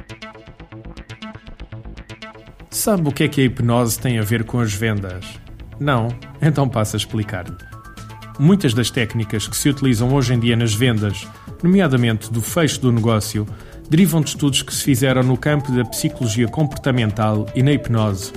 Sabe o que é que a hipnose tem a ver com as vendas? Não? Então passo a explicar-lhe. Muitas das técnicas que se utilizam hoje em dia nas vendas, nomeadamente do fecho do negócio, derivam de estudos que se fizeram no campo da psicologia comportamental e na hipnose.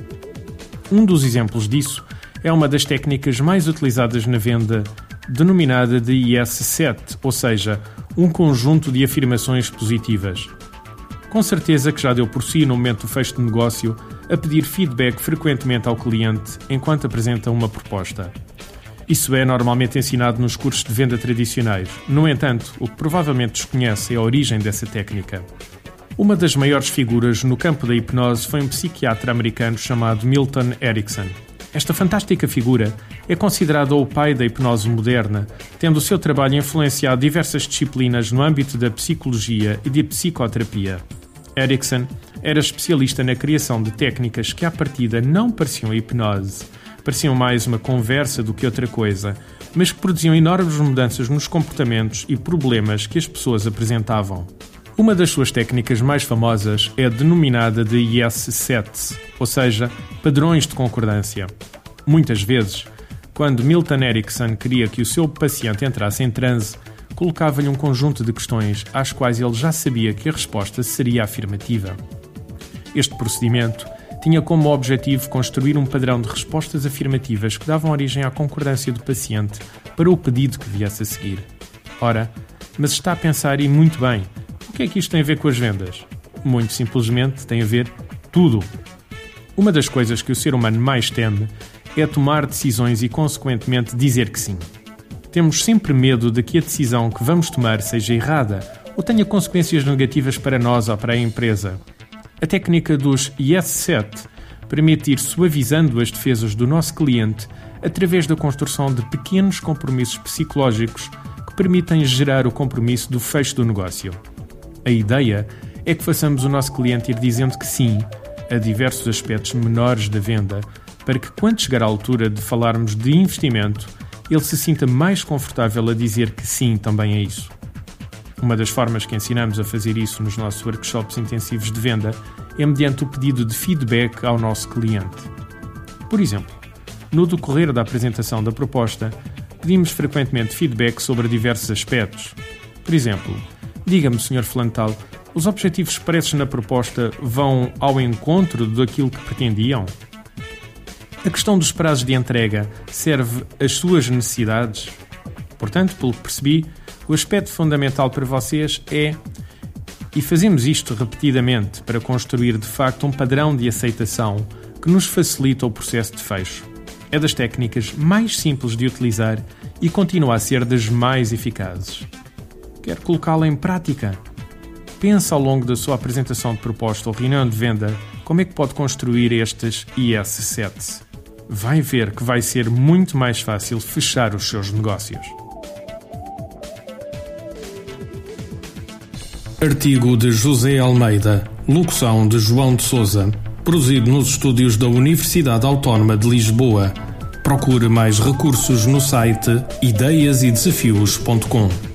Um dos exemplos disso é uma das técnicas mais utilizadas na venda, denominada de IS-7, ou seja, um conjunto de afirmações positivas. Com certeza que já deu por si, no momento do fecho de negócio, a pedir feedback frequentemente ao cliente enquanto apresenta uma proposta. Isso é normalmente ensinado nos cursos de venda tradicionais. No entanto, o que provavelmente desconhece é a origem dessa técnica. Uma das maiores figuras no campo da hipnose foi um psiquiatra americano chamado Milton Erickson. Esta fantástica figura é considerada o pai da hipnose moderna, tendo o seu trabalho influenciado diversas disciplinas no âmbito da psicologia e de psicoterapia. Erickson era especialista na criação de técnicas que à partida não pareciam hipnose, pareciam mais uma conversa do que outra coisa, mas que produziam enormes mudanças nos comportamentos e problemas que as pessoas apresentavam. Uma das suas técnicas mais famosas é a denominada de IS-7, ou seja, padrões de concordância. Muitas vezes, quando Milton Erickson queria que o seu paciente entrasse em transe, colocava-lhe um conjunto de questões às quais ele já sabia que a resposta seria afirmativa. Este procedimento tinha como objetivo construir um padrão de respostas afirmativas que davam origem à concordância do paciente para o pedido que viesse a seguir. Ora, mas está a pensar e muito bem, o que é que isto tem a ver com as vendas? Muito simplesmente tem a ver tudo. Uma das coisas que o ser humano mais teme é tomar decisões e, consequentemente, dizer que sim. Temos sempre medo de que a decisão que vamos tomar seja errada ou tenha consequências negativas para nós ou para a empresa. A técnica dos IS-7 permite ir suavizando as defesas do nosso cliente através da construção de pequenos compromissos psicológicos que permitem gerar o compromisso do fecho do negócio. A ideia é que façamos o nosso cliente ir dizendo que sim a diversos aspectos menores da venda, para que, quando chegar à altura de falarmos de investimento, ele se sinta mais confortável a dizer que sim também a isso. Uma das formas que ensinamos a fazer isso nos nossos workshops intensivos de venda é mediante o pedido de feedback ao nosso cliente. Por exemplo, no decorrer da apresentação da proposta, pedimos frequentemente feedback sobre diversos aspectos. Por exemplo, diga-me, Sr. Flantal, os objetivos expressos na proposta vão ao encontro daquilo que pretendiam? A questão dos prazos de entrega serve às suas necessidades? Portanto, pelo que percebi, o aspecto fundamental para vocês é, e fazemos isto repetidamente para construir de facto um padrão de aceitação que nos facilita o processo de fecho. É das técnicas mais simples de utilizar e continua a ser das mais eficazes. Quer colocá-la em prática? Pense ao longo da sua apresentação de proposta ou reunião de venda como é que pode construir estes IS-7. Vai ver que vai ser muito mais fácil fechar os seus negócios. Artigo de José Almeida, locução de João de Sousa, produzido nos estúdios da Universidade Autónoma de Lisboa. Procure mais recursos no site ideiasedesafios.com.